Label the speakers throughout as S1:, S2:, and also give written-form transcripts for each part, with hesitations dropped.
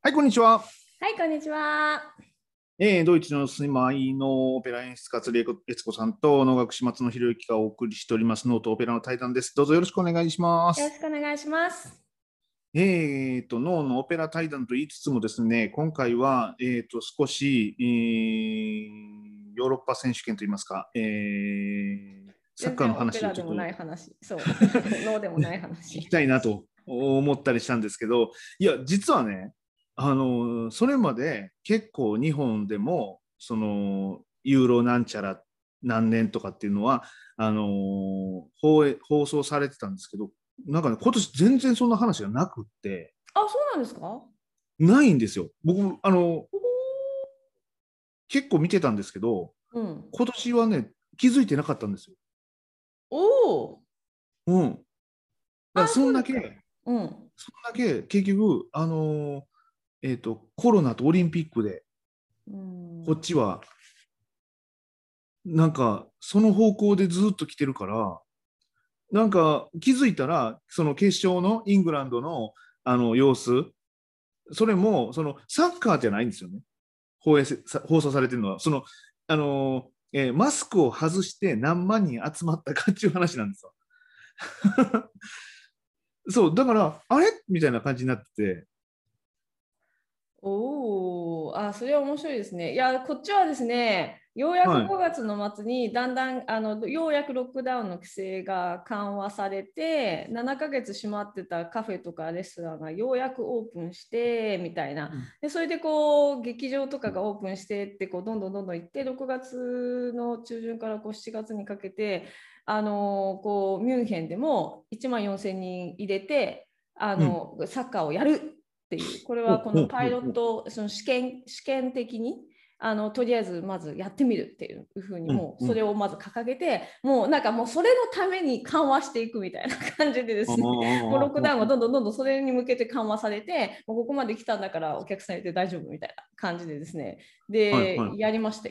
S1: はい、こんにちは。
S2: はい、こんにちは。
S1: ドイツの住まいのオペラ演出家、悦子さんと能楽師松野博之がお送りしておりますノートオペラの対談です。どうぞよろしくお願いしま
S2: よろ
S1: す。
S2: しくお願いします。
S1: ノーのオペラ対談と言いつつもですね、今回は、少し、ヨーロッパ選手権といいますか、サッ
S2: 全
S1: カーの
S2: 然オペラで
S1: 話をちょっと
S2: もない話、そう、ノーでもない
S1: 聞き
S2: 話。
S1: たいなと思ったりしたんですけど、いや、実はね、それまで結構日本でも、ユーロなんちゃら何年とかっていうのは、放送されてたんですけど、なんかね、今年全然そんな話がなくって、
S2: あ、そうなんですか？
S1: ないんですよ。僕、結構見てたんですけど、
S2: うん。
S1: 今年はね、気づいてなかったんですよ。
S2: おお。
S1: うん。だか
S2: あ、
S1: らそんだけ、
S2: そうですか。うん。
S1: 結局、コロナとオリンピックで、
S2: う
S1: こっ
S2: ん。
S1: ちは、なんか、その方向でずっと来てるから、なんか気づいたら、その決勝のイングランドの様子、それも、サッカーじゃないんですよね。放送されてるのは、マスクを外して何万人集まったかっていう話なんですよ。そう、だから、あれみたいな感じになってて、
S2: おお、あ、それは面白いですね。いや、こっちはですね、ようやく
S1: はい。
S2: 5月の末にだんだんようやくロックダウンの規制が緩和されて、7ヶ月閉まってたカフェとかレストランがようやくオープンしてみたいな。
S1: うん。
S2: で、それでこう劇場とかがオープンしてってこうどんどん行って、6月の中旬からこう7月にかけて、こうミュンヘンでも1万4000人入れて
S1: うん。
S2: サッカーをやるっていう、これ
S1: ほう
S2: はこのパイロ
S1: ほうほうほう。
S2: ット、その試験的にとりあえずまずやってみるっていうふうに、
S1: うん。
S2: もう
S1: うん。
S2: それをまず掲げて、もうなんかもうそれのために緩和していくみたいな感じでで
S1: ああ、
S2: すね、もうロックダウンが
S1: ああ、
S2: どんどんそれに向けて緩和されて、もうここまで来たんだからお客さんいて大丈夫みたいな感じでですね、
S1: はい
S2: で、
S1: は
S2: やりまして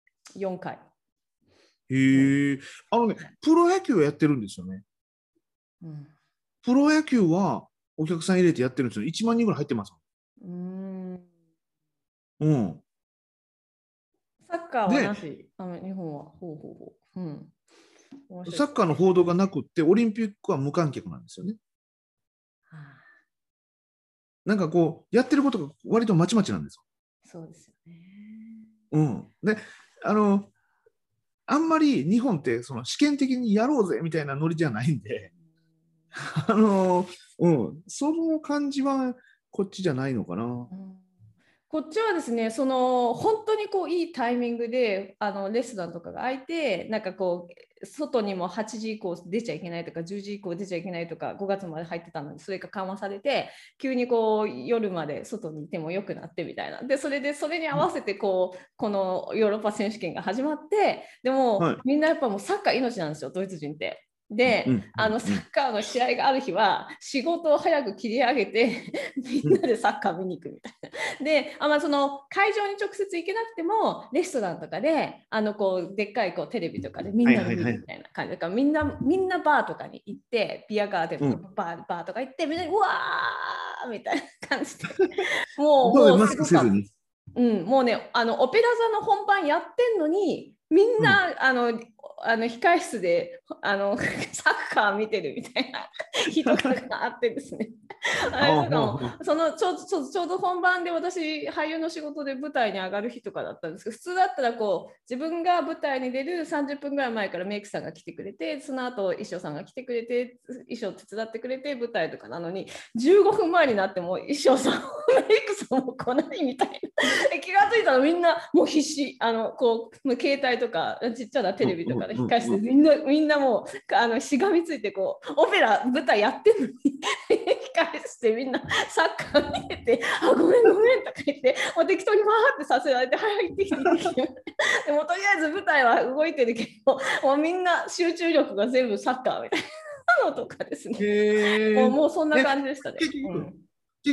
S2: 、4回。
S1: い。
S2: うん。
S1: へえ。プロ野球やってるんですよね。
S2: うん。
S1: プロ野球はお客さん入れてやってるんですよ。1万人ぐらい入ってます。
S2: うーん。
S1: うん。
S2: サッカーは
S1: で、
S2: なし、日本は。ほうほうほう。うん。面白いですね。
S1: サッカーの報道がなくって、オリンピックは無観客なんですよね。
S2: はあ、
S1: なんかこう、やってることが割とまちまちなんですよ。
S2: そうですよね。
S1: うん。で、あの、あんまり日本ってその試験的にやろうぜみたいなノリじゃないんで、あの、うん、その感じはこっちじゃないのかな。
S2: うん、こっちはですね、その本当にこういいタイミングでレストランとかが開いて、なんかこう外にも8時以降出ちゃいけないとか10時以降出ちゃいけないとか5月まで入ってたのにそれが緩和されて、急にこう夜まで外にいてもよくなってみたいな。で、それでそれに合
S1: うん。
S2: わせてこうこのヨーロッパ選手権が始まって、でも
S1: はい。
S2: みんなやっぱもうサッカー命なんですよ、ドイツ人って。で、
S1: うん、うん、うん、
S2: サッカーの試合がある日は仕事を早く切り上げてみ
S1: うん、
S2: んなでサッカー見に行くみたいな。で、まあ、その会場に直接行けなくてもレストランとかでこうでっかいこうテレビとかでみんなで
S1: はいはいはい。
S2: 見るみたいな感じだから、みんなバーとかに行ってビアガーデンとか
S1: うん。
S2: バーとか行ってみんなにうわーみたいな感じでもう
S1: そうで、マス
S2: もうすごかった。
S1: クせずに。
S2: うん、もうね、オペラ座の本番やってんのに、みん
S1: うん。
S2: な、控室で、サッカー見てるみたいな日とかがあってですね。あ
S1: ああ、
S2: れとかも、
S1: ほうほう。
S2: ちょうど本番で私、俳優の仕事で舞台に上がる日とかだったんですけど、普通だったらこう、自分が舞台に出る30分ぐらい前からメイクさんが来てくれて、その後衣装さんが来てくれて、衣装手伝ってくれて、舞台とかなのに、15分前になっても衣装さん、メイクさんも来ないみたいな。気が付いたらみんなもう必死、こう携帯とかちっちゃなテ
S1: うん
S2: レビとかで
S1: うんうんうん。
S2: 控室でみんなもうしがみついてこうオペラ舞台やってるのに控室でみんなサッカー見てて「あ、ごめんごめん」とか言ってもう適当にバーってさせられて「はい、行ってきて行ってきて」でもとりあえず舞台は動いてるけど、もうみんな集中力が全部サッカーみたいなのとかですね。
S1: へえ。
S2: もうそんな
S1: え、
S2: 感じでしたね。
S1: 結局、
S2: うん。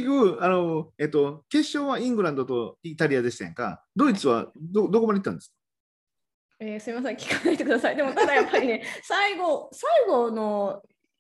S1: 決勝はイングランドとイタリアでしたやんか。ドイツはどこまで行ったんですか？
S2: すみません、聞かないでください。でも、ただやっぱりね、最後の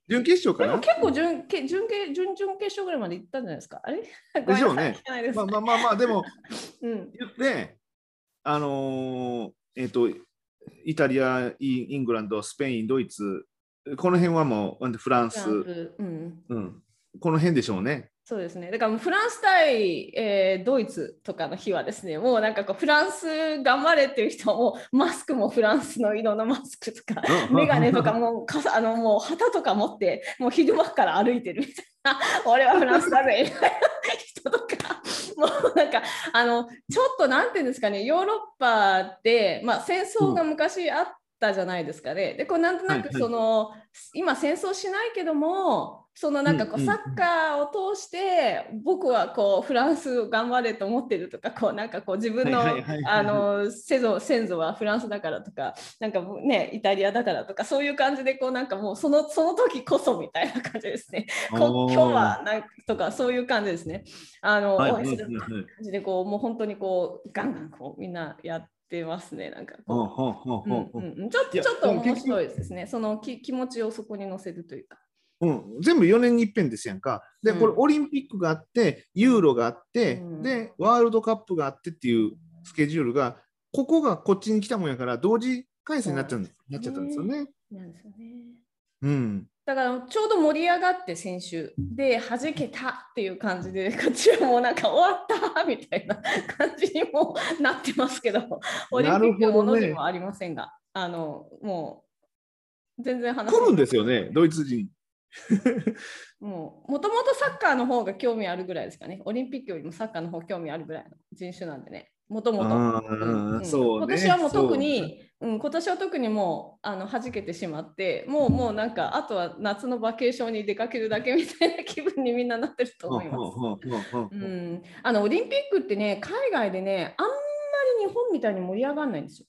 S1: 準決勝かな。
S2: でも結構準々決勝ぐらいまで行ったんじゃないですか。あれ
S1: でしょうね。
S2: ごめんなさい、聞けないです。
S1: まあ、でも、
S2: うん。
S1: 言って、あのイタリア、イングランド、スペイン、ドイツ、この辺はもう、フランス、
S2: フランス、うん。
S1: うん、この辺でしょうね。
S2: そうですね。だからもうフランス対、ドイツとかの日はですね、もうなんかこうフランス頑張れっていう人はもうマスクもフランスの色のマスクとか、メガネとかもうもう旗とか持って、もう昼間から歩いてるみたいな、俺はフランスだぜみたいな人とか、もうなんかちょっとなんていうんですかね、ヨーロッパで、まあ、戦争が昔あったじゃないですかね。で、こうなんとなく今戦争しないけども、なんかこうサッカーを通して僕はこうフランスを頑張れと思ってるとか、こうなんかこう自分の先祖はフランスだからとか、なんかねイタリアだからとか、そういう感じでこうなんかもうその時こそみたいな感じですね。今日はなんとかそういう感じですね。応援する感じでこうもう本当にこうガンガンこうみんなやってますね。なんかこうちょっと面白いですね。その気持ちをそこに乗せるというか。
S1: 全部4年に一遍ですやんか。で、これオリンピックがあって、ユーロがあって、で、ワールドカップがあってっていうスケジュールが、ここがこっちに来たもんやから、同時開催になっちゃったんですよね。
S2: なんですよね。
S1: うん。
S2: だからちょうど盛り上がって選手で弾けたっていう感じで、こっちはもうなんか終わったみたいな感じにもなってますけど、オリンピックのものでもありませんが、もう全然話
S1: 来るんですよね、ドイツ人。
S2: もともとサッカーの方が興味あるぐらいですかね。オリンピックよりもサッカーの方が興味あるぐらいの人種なんでね。もともと。今年はもう特に、今年は特にもう弾けてしまって、もうなんか、あとは夏のバケーションに出かけるだけみたいな気分にみんななってると思います。オリンピックってね、海外でね、あんまり日本みたいに盛り上がらないんですよ。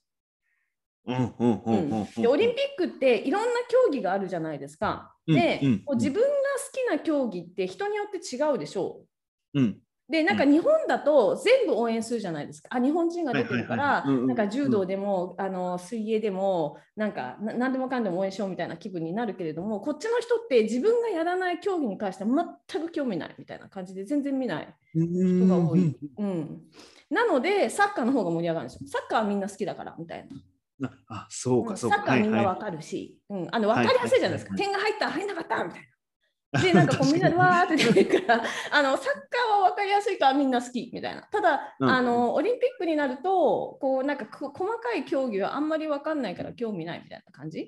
S2: でオリンピックっていろんな競技があるじゃないですか。で、自分が好きな競技って人によって違うでしょう。で、なんか日本だと全部応援するじゃないですか。日本人が出てるから、なんか柔道でも水泳でもなんか何でもかんでも応援しようみたいな気分になるけれども、こっちの人って自分がやらない競技に関しては全く興味ないみたいな感じで全然見ない人が多い。なのでサッカーの方が盛り上がるんですよ。サッカーはみんな好きだからみたいな。
S1: そうかそうか。
S2: サッカーみんなわかるし、分かりやすいじゃないですか。点が入った入んなかったみたいな。で、なんかこうみんなでわーって出てるから、サッカーは分かりやすいからみんな好きみたいな。ただ、オリンピックになると、こうなんか細かい競技はあんまり分かんないから興味ないみたいな感じ。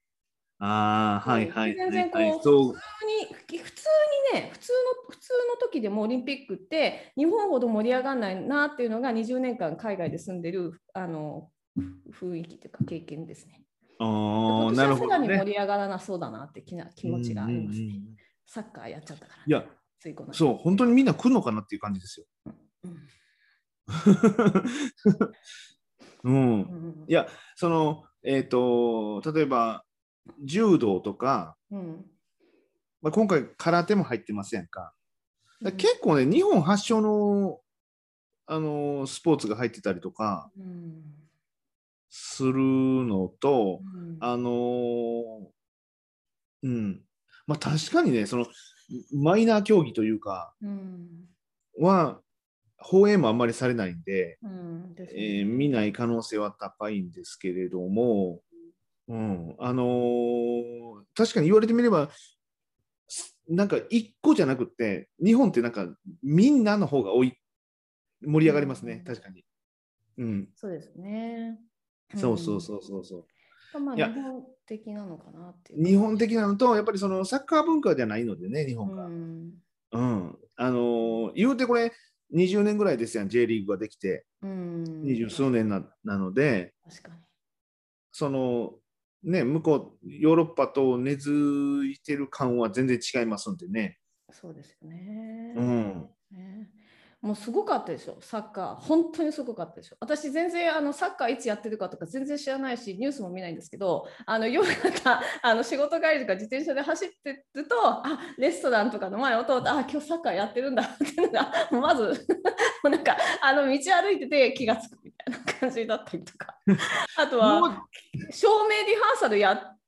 S2: 全然こう、普通にね、普通の時でもオリンピックって日本ほど盛り上がらないなっていうのが20年間海外で住んでる雰囲気というか経験ですね。今年はさらに盛り上がらなそうだなって気持ちがありますね。サッカーやっちゃったから、ね。
S1: いや、そう、本当にみんな来るのかなっていう感じですよ。いや、例えば、柔道とか、今回空手も入ってますやんか。結構ね、日本発祥の、スポーツが入ってたりとかするのと、まあ確かにね、マイナー競技というか、は、放映もあんまりされないんで、見ない可能性は高いんですけれども、確かに言われてみれば、なんか一個じゃなくって、日本ってなんかみんなの方が盛り上がりますね、確かに。
S2: そうですね。
S1: そう。
S2: まあ日本的なのかなっていう。
S1: 日本的なのと、やっぱりサッカー文化じゃないのでね、日本が。言うてこれ、20年ぐらいですやん、J リーグができて。20数年なので、
S2: 確かに。
S1: 向こう、ヨーロッパと根付いてる感は全然違いますんでね。
S2: そうですよね。もうすごかったでしょ、サッカー。本当にすごかったでしょ。私、全然サッカーいつやってるかとか全然知らないし、ニュースも見ないんですけど、夜中仕事帰りとか自転車で走ってると、レストランとかの前を通って、今日サッカーやってるんだっていうのが、まず、なんか道歩いてて気がつくみたいな感じだったりとか。あとは、照明リハーサルやっ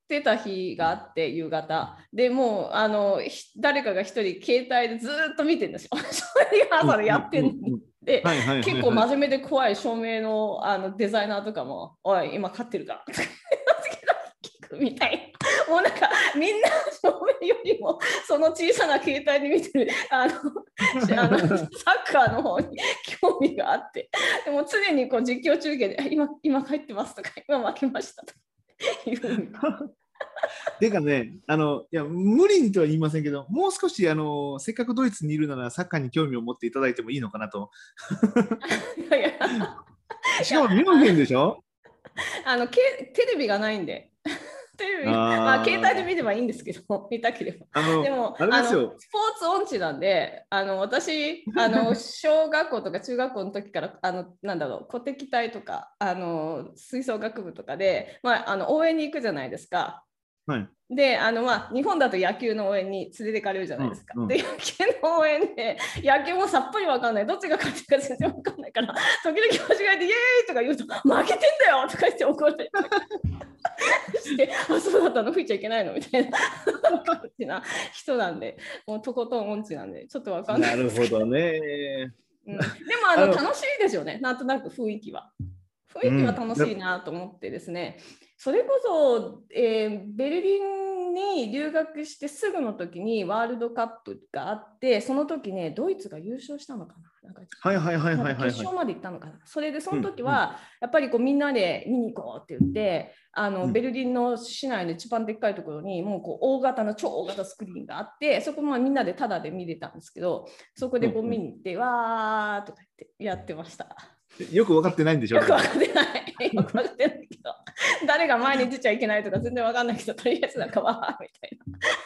S2: てた日があって、夕方でもう誰かが一人携帯でずっと見てるんですよ。それが朝でやってんのに。で、結構真面目で怖い照明の、デザイナーとかも、おい、今勝ってるかとか聞くみたいな。もうなんかみんな照明よりもその小さな携帯で見てるサッカーの方に興味があって、でも常にこう実況中継で今帰ってますとか、今負けましたとか言うみたいな。
S1: ていうかね、いや、無理にとは言いませんけど、もう少し、せっかくドイツにいるなら、サッカーに興味を持っていただいてもいいのかなと。
S2: いやいや
S1: しかも、ミュンヘンでしょ？
S2: テレビがないんで。テレビまあ、携帯で見ればいいんですけど、見たければ。でも
S1: あれですよ、
S2: スポーツ音痴なんで、私小学校とか中学校の時からなんだろう、鼓笛隊とか吹奏楽部とかで、まあ、応援に行くじゃないですか。
S1: はい、
S2: でまあ、日本だと野球の応援に連れてかれるじゃないですか。
S1: うんうん、
S2: で野球の応援で野球もさっぱり分かんない、どっちが勝ってるか全然分かんないから、時々間違えてイエーイとか言うと負けてんだよとか言って怒られてしてあ、そうだったの、吹いちゃいけないのみたいな感じな人なんで、もうとことん音痴なんでちょっと分かんないですけど。
S1: なるほどね。
S2: でも楽しいですよね、なんとなく雰囲気は。雰囲気は楽しいなと思ってですね、それこそ、ベルリンに留学してすぐの時にワールドカップがあって、その時ね、ドイツが優勝したのかな、なんか決勝まで行ったのかな。それでその時はやっぱりこうみんなで見に行こうって言って、ベルリンの市内の一番でっかいところにもうこう大型の超大型スクリーンがあって、そこみんなでタダで見れたんですけど、そこでこう見に行って、わーとか言ってやってました。
S1: よく分かってないんでしょ？
S2: よく分かってない。よく分かってないけど、誰が前に出ちゃいけないとか全然分かんないけど、とりあえずなんかわーみたい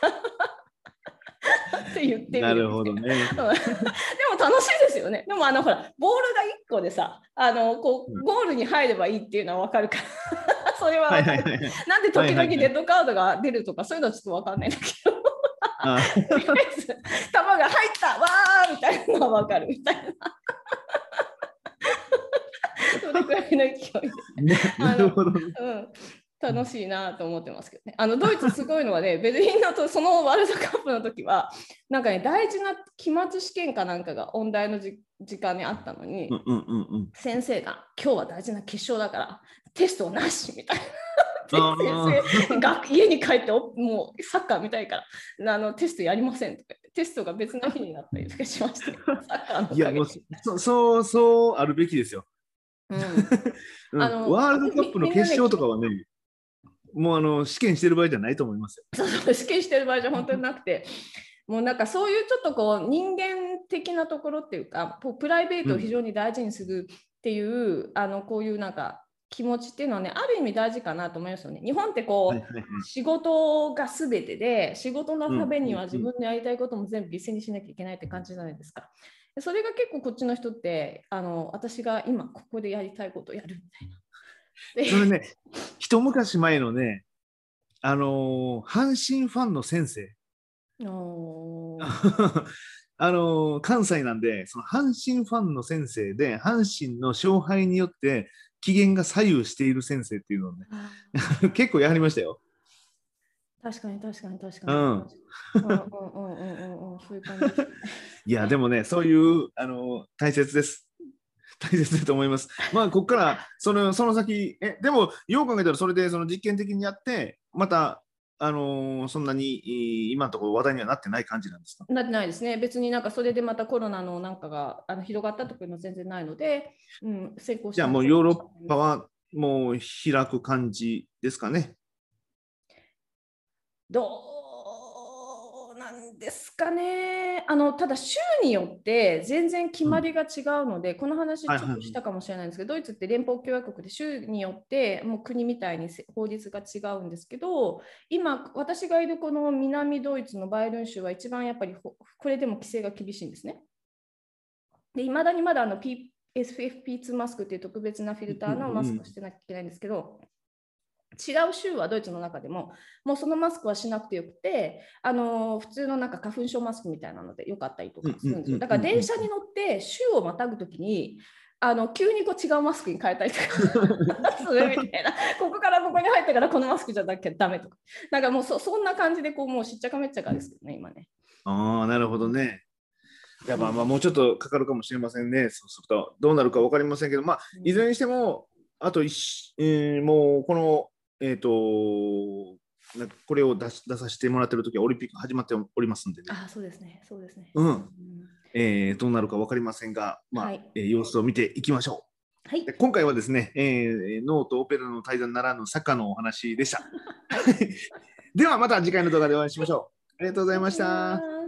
S2: な。って言ってみる。
S1: なるほどね。でも
S2: 楽しいですよね。でもほらボールが1個でさ、こうゴールに入ればいいっていうのは分かるから。それは分かる。なんで時々デッドカードが出るとか、そういうのはちょっと分かんないんだけど。とりあえず球が入ったわーみたいなのは分かるみたいな。それくらいの勢いで。楽しいなと思ってますけどね。ドイツすごいのはね、ベルリンのそのワールドカップの時は、なんかね、大事な期末試験かなんかが音大の時間にあったのに、先生が今日は大事な決勝だからテストなしみたいな。先生が家に帰ってもうサッカー見たいからテストやりませんとか言って、テストが別の日になったりとかしました。サッカーの。
S1: いや、もうそうあるべきですよ。ワールドカップの決勝とかはね、もう試験してる場合じゃないと思いますよ。
S2: そう試験してる場合じゃ本当になくて、もうなんかそういうちょっとこう人間的なところっていうか、プライベートを非常に大事にするっていう、こういうなんか気持ちっていうのはね、ある意味大事かなと思いますよね。日本ってこう、仕事が全てで、仕事のためには自分のやりたいことも全部犠牲にしなきゃいけないって感じじゃないですか。それが結構こっちの人って私が今ここでやりたいことをやるみたいな。
S1: それね、一昔前のね、阪神ファンの先生。関西なんで、その阪神ファンの先生で、阪神の勝敗によって機嫌が左右している先生っていうのをね、結構やりましたよ。
S2: 確かに。そういう感じ。
S1: いや、でもね、そういう大切です。大切だと思います。まあ、ここからその先、でも、よう考えたら、それでその実験的にやって、また、そんなに今のところ話題にはなってない感じなんですか？
S2: なってないですね。別になんかそれでまたコロナのなんかが広がったとかいうのは全然ないので、成功した。
S1: じゃあもうヨーロッパはもう開く感じですかね。
S2: どうなんですかね。ただ州によって全然決まりが違うので、この話ちょっとしたかもしれないんですけど、ドイツって連邦共和国で州によってもう国みたいに法律が違うんですけど、今私がいるこの南ドイツのバイエルン州は一番やっぱりこれでも規制が厳しいんですね。で、いまだにまだFFP2 マスクっていう特別なフィルターのマスクをしてなきゃいけないんですけど、違う州はドイツの中でももうそのマスクはしなくてよくて、普通のなんか花粉症マスクみたいなのでよかったりとかするんですよ。だから電車に乗って州をまたぐときに急にこう違うマスクに変えたりとかするみたいな、ここからここに入ってからこのマスクじゃなきゃダメとか、なんかもうそんな感じでこうもうしっちゃかめっちゃかですけどね、今ね。
S1: ああ、なるほどね。いやまあもうちょっとかかるかもしれませんね。そうするとどうなるか分かりませんけど、いずれにしてもあともうこのこれを出させてもらってる時はオリンピック始まっておりますんでね。
S2: そうですね、そうですね。
S1: どうなるか分かりませんが、
S2: はい、
S1: 様子を見ていきましょう。
S2: はい、
S1: 今回はですね、脳とオペラの対談ならぬサッカーのお話でした。ではまた次回の動画でお会いしましょう。ありがとうございました。